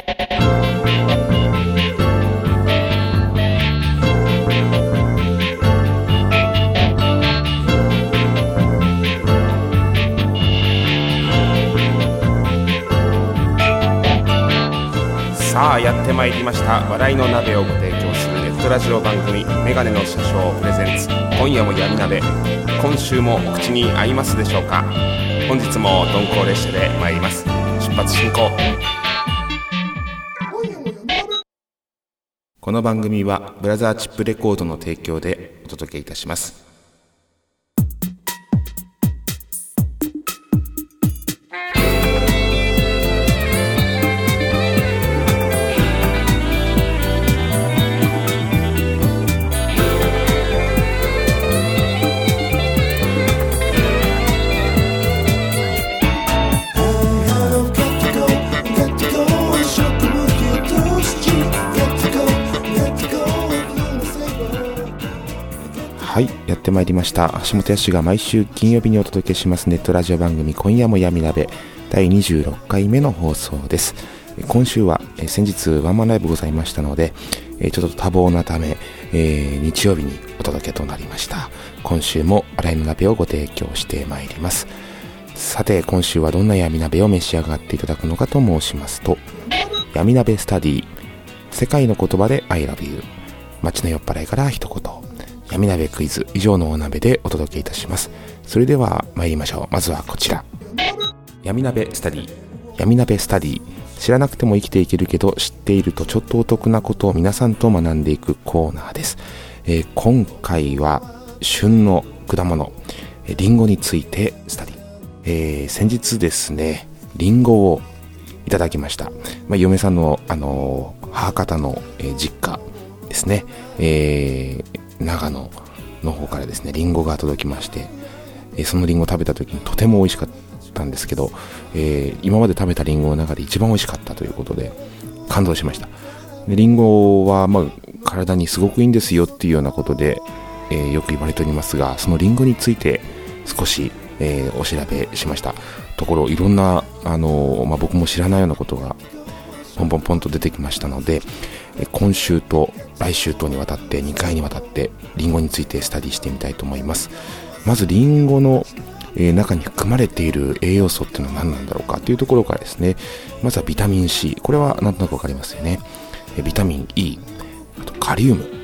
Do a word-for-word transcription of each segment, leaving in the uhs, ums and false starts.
さあやってまいりました。笑いの鍋をご提供するネットラジオ番組メガネの社長プレゼンツ、今夜も闇鍋。今週もお口に合いますでしょうか。本日も鈍行列車で参ります。出発進行。この番組はブラザーチップレコードの提供でお届けいたします。はい、やってまいりました。橋本康が毎週金曜日にお届けしますネットラジオ番組今夜も闇鍋だいにじゅうろっかいめの放送です。今週は先日ワンマンライブございましたので、ちょっと多忙なため、えー、日曜日にお届けとなりました。今週も笑いの鍋をご提供してまいります。さて今週はどんな闇鍋を召し上がっていただくのかと申しますと、闇鍋スタディ、世界の言葉で I love you、 街の酔っ払いから一言、闇鍋クイズ、以上のお鍋でお届けいたします。それでは参りましょう。まずはこちら、闇鍋スタディ。闇鍋スタディ、知らなくても生きていけるけど知っているとちょっとお得なことを皆さんと学んでいくコーナーです。えー、今回は旬の果物リンゴについてスタディ。えー、先日ですね、リンゴをいただきました。まあ、嫁さんの、あのー、母方の、えー、実家ですね、えー長野の方からですねリンゴが届きまして、えー、そのリンゴを食べた時にとても美味しかったんですけど、えー、今まで食べたリンゴの中で一番美味しかったということで感動しました。でリンゴは、まあ、体にすごくいいんですよっていうようなことで、えー、よく言われておりますが、そのリンゴについて少し、えー、お調べしましたところ、いろんな、あのーまあ、僕も知らないようなことがポンポンポンと出てきましたので、今週と来週とにわたってにかいにわたってリンゴについてスタディしてみたいと思います。まずリンゴの中に含まれている栄養素っていうのは何なんだろうかというところからですね、まずはビタミン C、 これはなんとなくわかりますよね。ビタミン E、 あとカリウム、うん、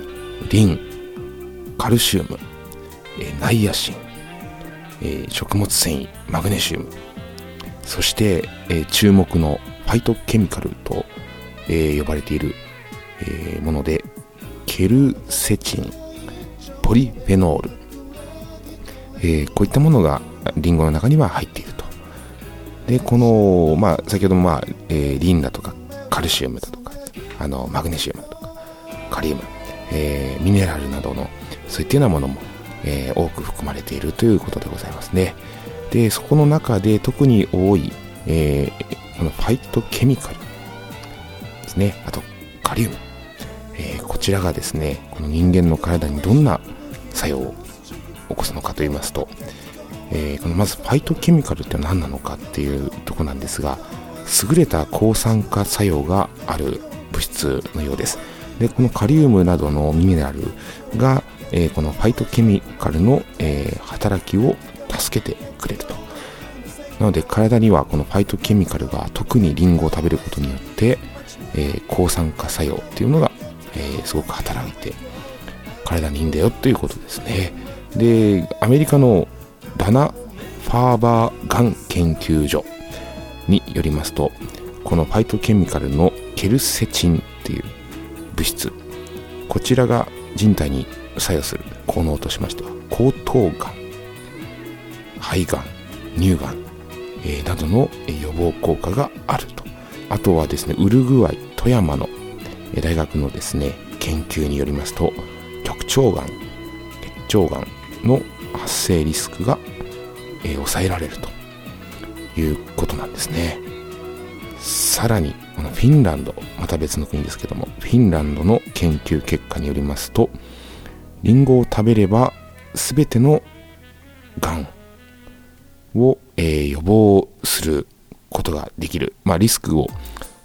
リン、カルシウム、ナイアシン、食物繊維、マグネシウム、そして注目のファイトケミカルとえー、呼ばれている、えー、ものでケルセチン、ポリフェノール、えー、こういったものがリンゴの中には入っていると。でこの、まあ、先ほども、まあえー、リンだとかカルシウムだとかあのマグネシウムだとかカリウム、えー、ミネラルなどのそういったようなものも、えー、多く含まれているということでございますね。でそこの中で特に多い、えー、このファイトケミカルですね、あとカリウム、えー、こちらがですねこの人間の体にどんな作用を起こすのかと言いますと、えー、このまずファイトケミカルって何なのかっていうところなんですが、優れた抗酸化作用がある物質のようです。でこのカリウムなどのミネラルが、えー、このファイトケミカルの、えー、働きを助けてくれると。なので体にはこのファイトケミカルが特にリンゴを食べることによってえー、抗酸化作用っていうのが、えー、すごく働いて体にいいんだよということですね。でアメリカのダナ・ファーバーがん研究所によりますと、このファイトケミカルのケルセチンっていう物質、こちらが人体に作用する効能としましては喉頭がん、肺がん、乳がん、えー、などの予防効果があると。あとはですね、ウルグアイ富山の大学のですね研究によりますと、直腸がん、結腸がんの発生リスクが、えー、抑えられるということなんですね。さらにこのフィンランド、また別の国ですけども、フィンランドの研究結果によりますと、リンゴを食べればすべてのがんを、えー、予防することができる、まあ、リスクを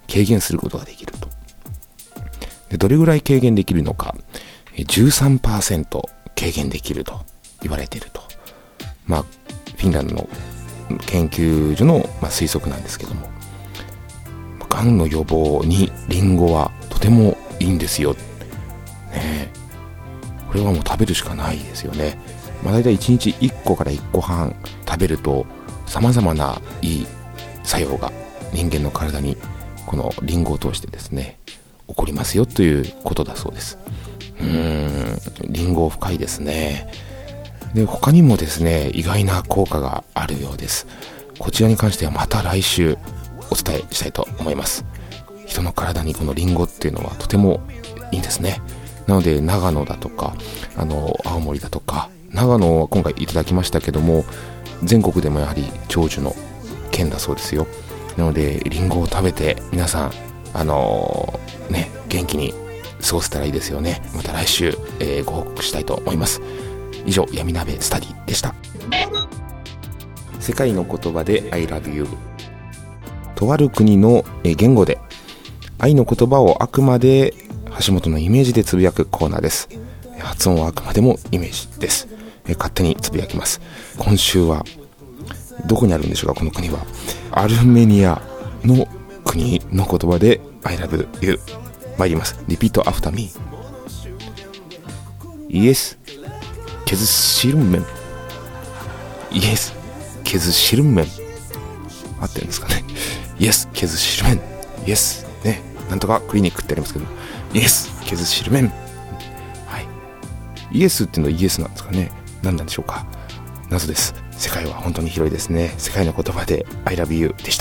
軽減することができると。でどれぐらい軽減できるのか、じゅうさんパーセント 軽減できると言われていると。まあフィンランドの研究所の、まあ、推測なんですけども、がんの予防にリンゴはとてもいいんですよ、ね、これはもう食べるしかないですよね。まあ、だいたいいちにちいっこからいっこはん食べるとさまざまないい作用が人間の体にこのリンゴを通してですね起こりますよということだそうです。うーんリンゴ深いですね。で他にもですね意外な効果があるようです。こちらに関してはまた来週お伝えしたいと思います。人の体にこのリンゴっていうのはとてもいいんですね。なので長野だとかあの青森だとか、長野は今回いただきましたけども全国でもやはり長寿の県だそうですよ。なのでリンゴを食べて皆さんあのー、ね元気に過ごせたらいいですよね。また来週、えー、ご報告したいと思います。以上闇鍋スタディでした。世界の言葉で I love you。 とある国の言語で愛の言葉をあくまで橋本のイメージでつぶやくコーナーです。発音はあくまでもイメージです。勝手につぶやきます。今週はどこにあるんでしょうか。この国はアルメニアの国の言葉で I love you。 参ります。リピートアフターミー。イエスケズシルメン。イエスケズシルメン合ってるんですかね。イエスケズシルメン。イエスね、なんとかクリニックってありますけど、イエスケズシルメン。はい、イエスっていうのはイエスなんですかね。何なんでしょうか。謎です。世界は本当に広いですね。世界の言葉で I love you でした。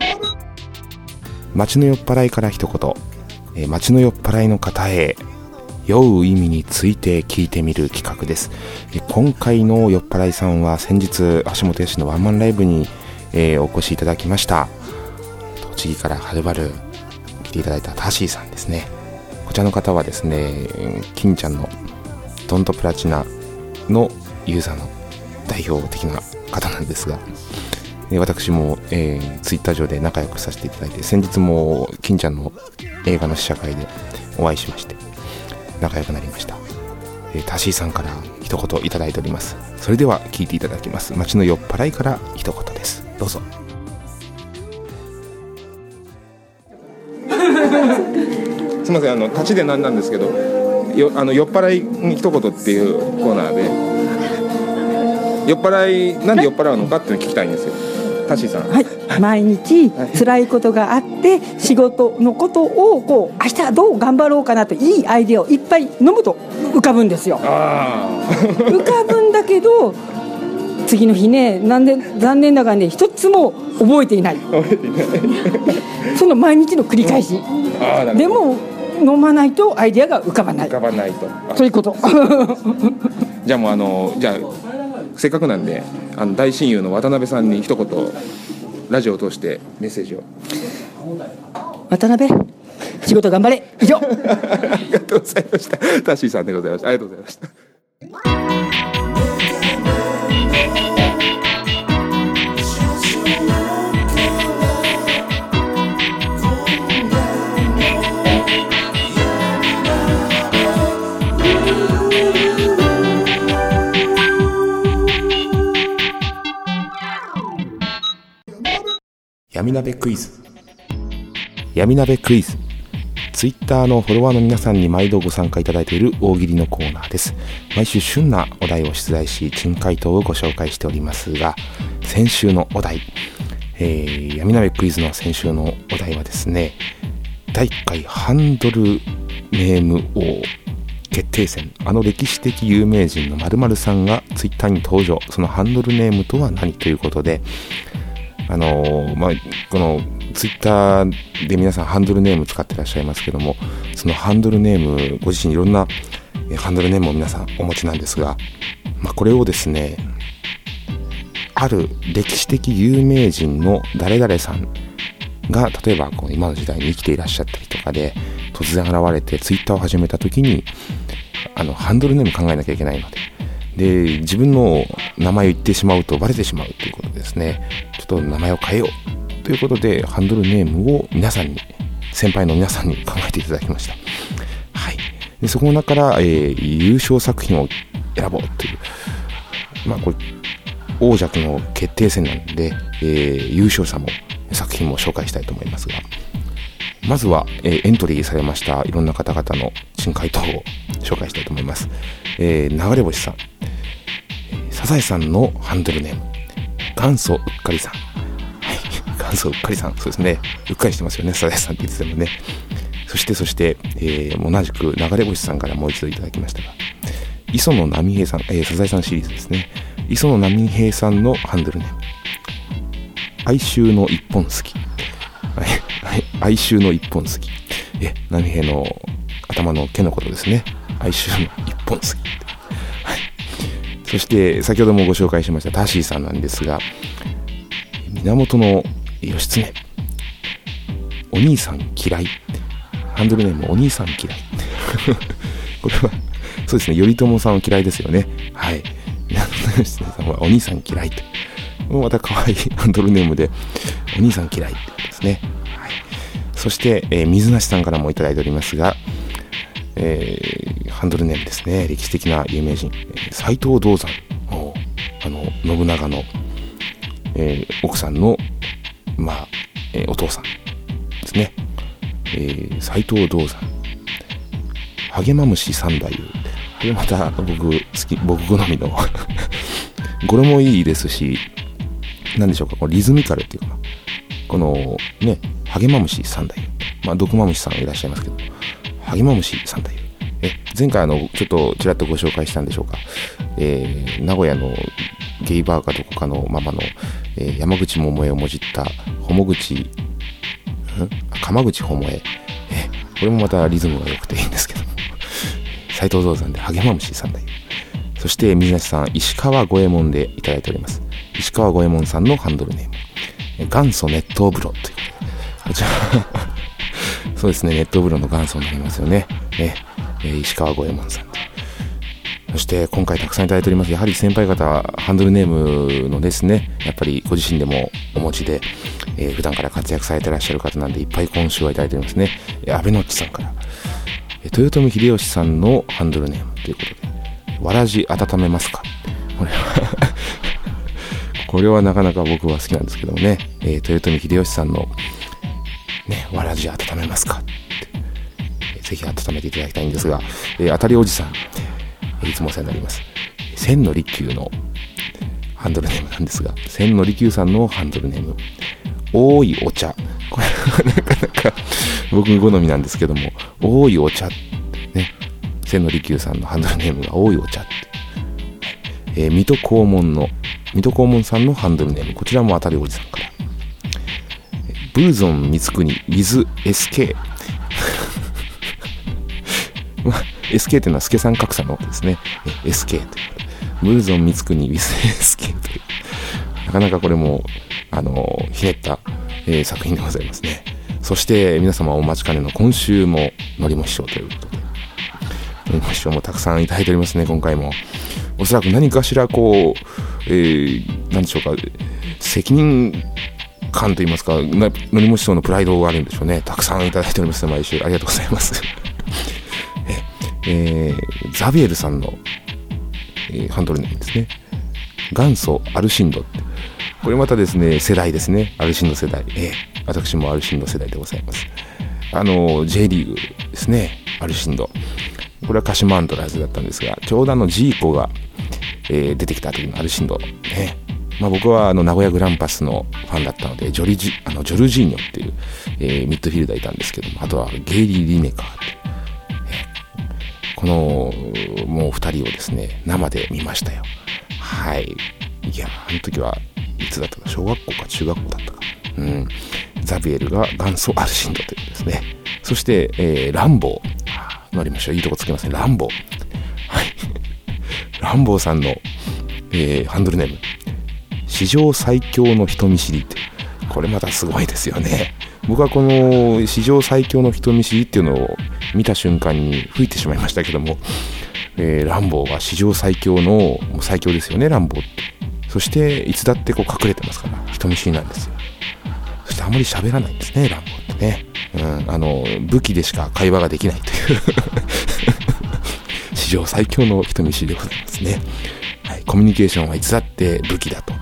街の酔っ払いから一言、えー、街の酔っ払いの方へ酔う意味について聞いてみる企画です。えー、今回の酔っ払いさんは先日橋本康のワンマンライブに、えー、お越しいただきました。栃木からはるばる来ていただいたタシーさんですね。こちらの方はですね金ちゃんのドントプラチナのユーザーの代表的な方なんですが、私も、えー、ツイッター上で仲良くさせていただいて、先日も金ちゃんの映画の試写会でお会いしまして仲良くなりました。えー、タシーさんから一言いただいております。それでは聞いていただきます。街の酔っ払いから一言です。どうぞ。すみません、あの立ちでなんなんですけど、よあの酔っ払いに一言っていうコーナーで、酔っ払いなんで酔っ払うのかっていうのを聞きたいんですよ。タシーさん。はい。 毎日辛いことがあって仕事のことをこう明日どう頑張ろうかなといいアイデアをいっぱい飲むと浮かぶんですよ。あ浮かぶんだけど次の日ね、なんで残念ながらね一つも覚えていない。覚えていない。その毎日の繰り返し。あでも飲まないとアイデアが浮かばない。 浮かばないと。 そういうこと。 じゃあもうあのじゃあせっかくなんであの大親友の渡辺さんに一言ラジオを通してメッセージを。 渡辺仕事頑張れ。以上。ありがとうございました。タッシーさんでございました。ありがとうございました。闇鍋クイズ。闇鍋クイズ。ツイッターのフォロワーの皆さんに毎度ご参加いただいている大喜利のコーナーです。毎週旬なお題を出題し珍回答をご紹介しておりますが、先週のお題、えー、闇鍋クイズの先週のお題はですね、だいいっかいハンドルネーム王決定戦、あの歴史的有名人の〇〇さんがツイッターに登場。そのハンドルネームとは何ということで、あのーまあ、このツイッターで皆さんハンドルネーム使ってらっしゃいますけども、そのハンドルネームご自身いろんなハンドルネームを皆さんお持ちなんですが、まあ、これをですねある歴史的有名人の誰々さんが例えばこう今の時代に生きていらっしゃったりとかで突然現れてツイッターを始めた時にあのハンドルネーム考えなきゃいけないので、で自分の名前を言ってしまうとバレてしまうということですね。ちょっと名前を変えようということでハンドルネームを皆さんに先輩の皆さんに考えていただきました。はい。でそこの中から、えー、優勝作品を選ぼうという、まあこれ王者の決定戦なんで、えー、優勝者も作品も紹介したいと思いますが、まずは、えー、エントリーされましたいろんな方々の珍回答を紹介したいと思います。えー、流れ星さん、サザエさんのハンドルネーム、元祖うっかりさん。はい、元祖うっかりさん、そうですね。うっかりしてますよね、サザエさんって言っててもね。そしてそして、えー、同じく流れ星さんからもう一度いただきましたが、磯野波平さん、えー、サザエさんシリーズですね。磯野波平さんのハンドルネーム、哀愁の一本好き。哀愁の一本好き。え、波平の頭の毛のことですね。哀愁の一本好き。はい。そして先ほどもご紹介しましたタッシーさんなんですが、源義経、お兄さん嫌い。ハンドルネームお兄さん嫌い。これはそうですね、頼朝さんは嫌いですよね。はい。源義経さんはお兄さん嫌いと。もうまた可愛いハンドルネームでお兄さん嫌いってことですね。はい。そして、えー、水梨さんからもいただいておりますが、えー、ハンドルネームですね。歴史的な有名人、斎藤道山、あの信長の、えー、奥さんのまあ、えー、お父さんですね。えー、斎藤道山、励ま虫三太夫。これまた僕好き、僕好みの語呂もいいですし、何でしょうか、このリズミカルっていうかな、このね、励ま虫三太夫、まあ毒まむしさんいらっしゃいますけど、励ま虫三太夫、え前回あのちょっとちらっとご紹介したんでしょうか、えー、名古屋のゲイバーかどこかのママの、えー、山口百恵をもじったほも口ん鎌口百恵、えこれもまたリズムが良くていいんですけども、斎藤道山で励ま虫三太夫。そして水梨さん、石川五右衛門でいただいております。石川五右衛門さんのハンドルネーム、元祖熱湯風呂ということで、こちらそうですね、熱湯風呂の元祖になりますよね。ね、えー、石川五右衛門さん。そして今回たくさんいただいております。やはり先輩方、ハンドルネームのですね、やっぱりご自身でもお持ちで、えー、普段から活躍されていらっしゃる方なんで、いっぱい今週はいただいておりますね。えー、安倍のっちさんから、えー、豊臣秀吉さんのハンドルネームということで、わらじ温めますか。これはこれはなかなか僕は好きなんですけどもね、えー、豊臣秀吉さんのね、わらじ温めますかって、えー、ぜひ温めていただきたいんですが、えー、当たりおじさん、いつもお世話になります。千利休のハンドルネームなんですが、千利休さんのハンドルネーム、多いお茶。これはなかなか僕好みなんですけども、多いお茶ね、千利休さんのハンドルネームが多いお茶って、えー、水戸黄門の水戸黄門さんのハンドルネーム、こちらも当たりおじさんから、ブーゾン光国 with エスケー まあ エスケー というのは助さん格差のですね、 エスケー というブーゾン光国 with エスケー という、なかなかこれもあのひねった、えー、作品でございますね。そして皆様お待ちかねの今週ものりも師匠ということで、のりも師匠もたくさんいただいておりますね。今回もおそらく何かしらこう、えー、何でしょうか、責任感といいますか、のりも師匠のプライドがあるんでしょうね。たくさんいただいております。毎週ありがとうございますえ、えー、ザビエルさんの、えー、ハンドルネームですね。元祖アルシンドって、これまたですね、世代ですね。アルシンド世代、えー、私もアルシンド世代でございます。あの J リーグですね、アルシンド、これは鹿島アントラーズだったんですが、ちょうどあのジーコが、えー、出てきた時のアルシンド、ね、まあ、僕はあの名古屋グランパスのファンだったので、ジョリジあのジョルジーニョっていう、えー、ミッドフィルダーいたんですけども、あとはゲイリー・リネカーっていう、えー、このもうふたりをですね生で見ましたよ。はい。いやあの時はいつだったか、小学校か中学校だったか、うん、ザビエルが元祖アルシンドというですね。そして、えー、ランボー乗りましょう。いいとこつけますね、ランボー。はいランボーさんの、えー、ハンドルネーム、史上最強の人見知りって、これまたすごいですよね。僕はこの史上最強の人見知りっていうのを見た瞬間に吹いてしまいましたけども、えー、ランボーは史上最強のもう最強ですよね、ランボーって。そしていつだってこう隠れてますから人見知りなんですよ。そしてあまり喋らないんですね、ランボってね。うん、あの武器でしか会話ができないという史上最強の人見知りでございますね。はい、コミュニケーションはいつだって武器だと。はい。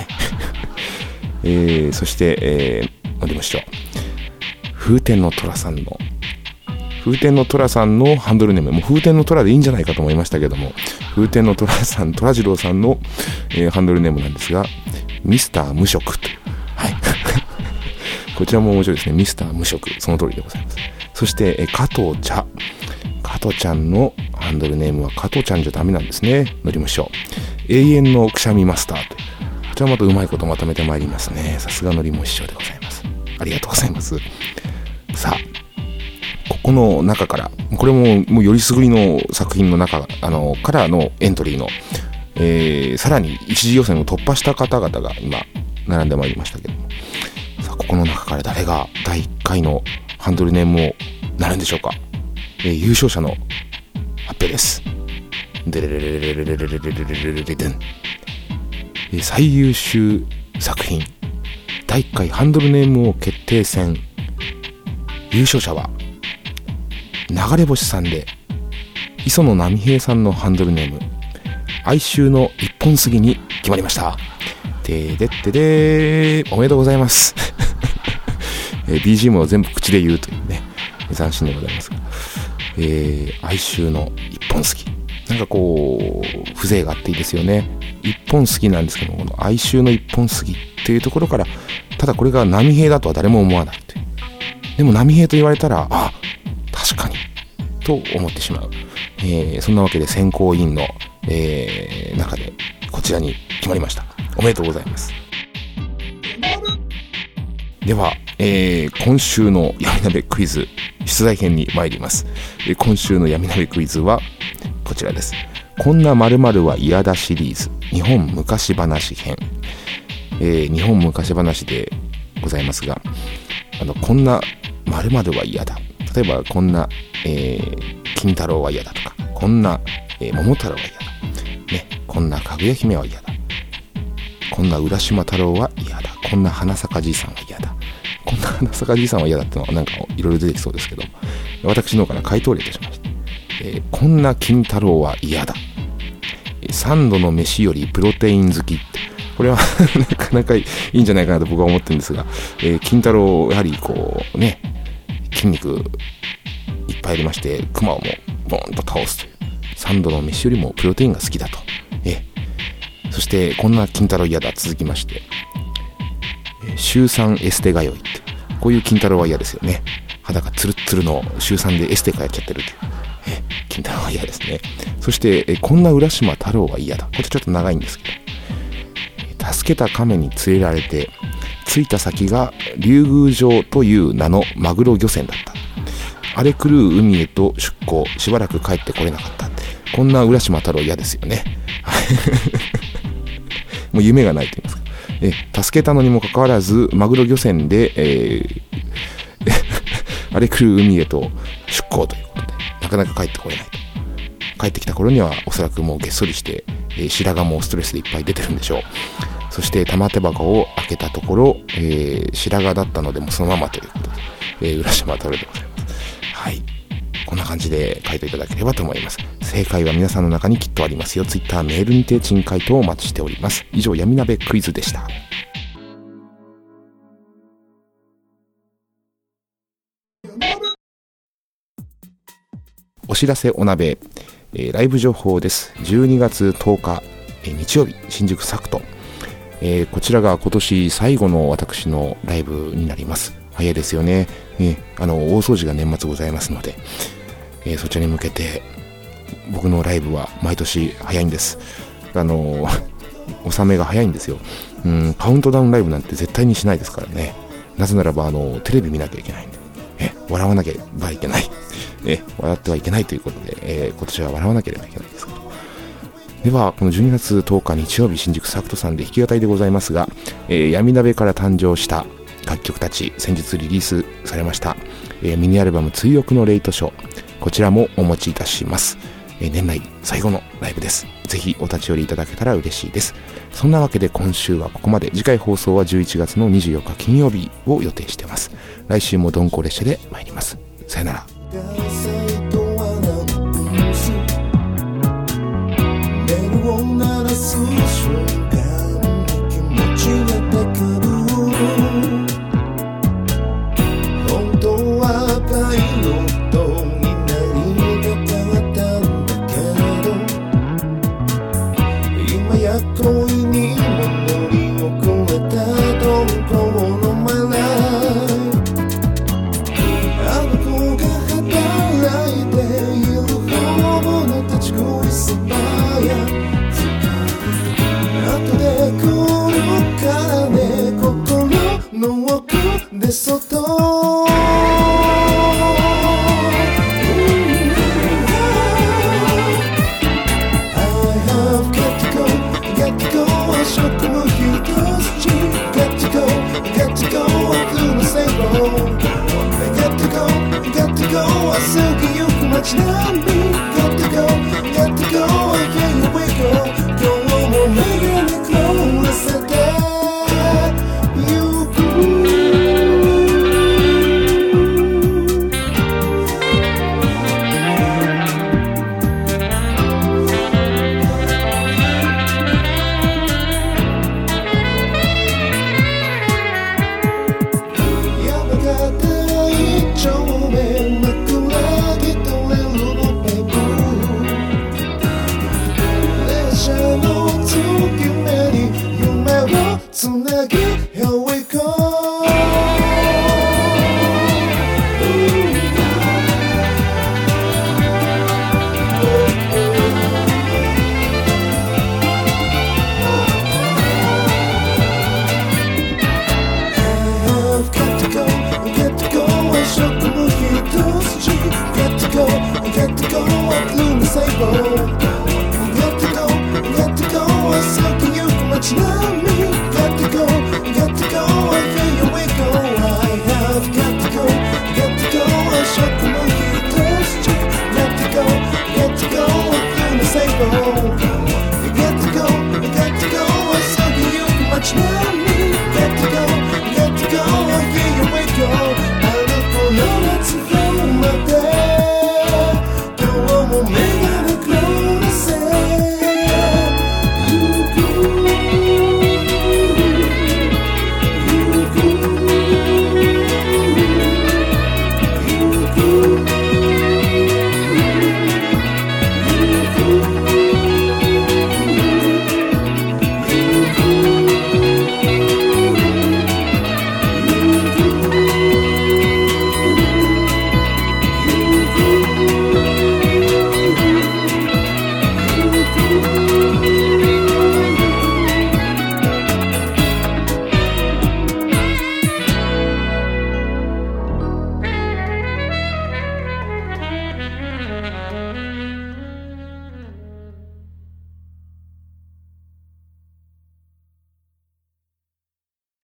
えー、そして、えー、乗りましょう。風天の虎さんの風天の虎さんのハンドルネーム、もう風天の虎でいいんじゃないかと思いましたけども、風天の虎さん、虎次郎さんの、えー、ハンドルネームなんですが、ミスター無職という、はい。こちらも面白いですね。ミスター無職、その通りでございます。そして、えー、加藤茶。加藤ちゃんのハンドルネームは加藤ちゃんじゃダメなんですね。乗りましょう。永遠のくしゃみマスターという。こちらまたうまいことまとめてまいりますね。さすがのりも師匠でございます。ありがとうございます。さあ、ここの中から、これももうよりすぐりの作品の中、あの、からのエントリーの、えー、さらに一次予選を突破した方々が今、並んでまいりましたけども。さあ、ここの中から誰がだいいっかいのハンドルネームをなるんでしょうか。えー、優勝者の発表です。でれれれれれれれれれれれれれれん。最優秀作品だいいっかいハンドルネーム王決定戦、優勝者は流れ星さんで、磯野波平さんのハンドルネーム哀愁の一本杉に決まりました。てでってでー、おめでとうございます。ビージーエム を全部口で言うというね、斬新でございますが、えー、哀愁の一本杉、なんかこう風情があっていいですよね。一本杉なんですけども、この哀愁の一本杉っていうところから、ただこれが波平だとは誰も思わないという。でも波平と言われたら、あ、確かにと思ってしまう、えー、そんなわけで選考委員の、えー、中でこちらに決まりました。おめでとうございます。では、えー、今週の闇鍋クイズ出題編に参ります。えー、今週の闇鍋クイズはこちらです。こんな〇〇は嫌だシリーズ日本昔話編、えー、日本昔話でございますが、あのこんな〇〇は嫌だ、例えばこんな、えー、金太郎は嫌だとか、こんな、えー、桃太郎は嫌だ、ね、こんなかぐや姫は嫌だ、こんな浦島太郎は嫌だ、こんな花咲かじいさんは嫌だ、こんな花咲かじいさんは嫌だってのはなんかいろいろ出てきそうですけど、私の方から回答例としまして、えー、こんな金太郎は嫌だ、三度の飯よりプロテイン好きって、これはなかなかいいんじゃないかなと僕は思ってるんですが、えー、金太郎やはりこうね、筋肉いっぱいありまして、熊をもボーンと倒すという、三度の飯よりもプロテインが好きだと。えー、そしてこんな金太郎嫌だ続きまして、えー、週さんエステ通いって、こういう金太郎は嫌ですよね。肌がツルッツルの週さんでエステ通っちゃってるという、えー、金太郎は嫌ですね。そして、えー、こんな浦島太郎は嫌だ、これちょっと長いんですけど、助けた亀に連れられて着いた先が竜宮城という名のマグロ漁船だった。荒れ狂う海へと出港、しばらく帰ってこれなかった。こんな浦島太郎嫌ですよね。もう夢がないと言いますか、え助けたのにもかかわらずマグロ漁船で、えー、荒れ狂う海へと出港ということで、なかなか帰ってこれないと。帰ってきた頃にはおそらくもうげっそりして、えー、白髪もストレスでいっぱい出てるんでしょう。そして玉手箱を開けたところ、えー、白髪だったのでもそのままということで、えー、浦島太郎でございます。はい、こんな感じで回答いただければと思います。正解は皆さんの中にきっとありますよ。ツイッター、メールにて珍回答をお待ちしております。以上、闇鍋クイズでした。お知らせお鍋、えー、ライブ情報です。じゅうにがつとおか、えー、日曜日、新宿サクト、えー、こちらが今年最後の私のライブになります。早いですよね。えー、あの大掃除が年末ございますので、えー、そちらに向けて僕のライブは毎年早いんです。あの納めが早いんですよ。うん、カウントダウンライブなんて絶対にしないですからね。なぜならばあのテレビ見なきゃいけないんで、え笑わなければいけない、え笑ってはいけないということで、えー、今年は笑わなければいけないですけど。ではこのじゅうにがつとおか日曜日、新宿サクトさんで弾き語りでございますが、えー、闇鍋から誕生した楽曲たち、先日リリースされました、えー、ミニアルバム追憶のレイトショー、こちらもお持ちいたします。 え年内最後のライブです。ぜひお立ち寄りいただけたら嬉しいです。そんなわけで今週はここまで。次回放送はじゅういちがつのにじゅうよっか金曜日を予定しています。来週も鈍行列車で参ります。さよなら。 本当はパイロットになりたかったんだけど、今や恋にも乗り遅れた鈍行のマライ。あの子が働いているホームの立ち食いそばや、後で来るからね、心の奥でそっと食も一筋 Got to go, got to go through the same road. Got to go, got to go 過ぎゆく街並み Got to go, got to go Here we go 今日も目が見曇らせてゆくつなぎ Here we go I've got to go, got to go 食も一筋 Got to go, got to go through the same road Got to go, got to go 過ぎゆく街並み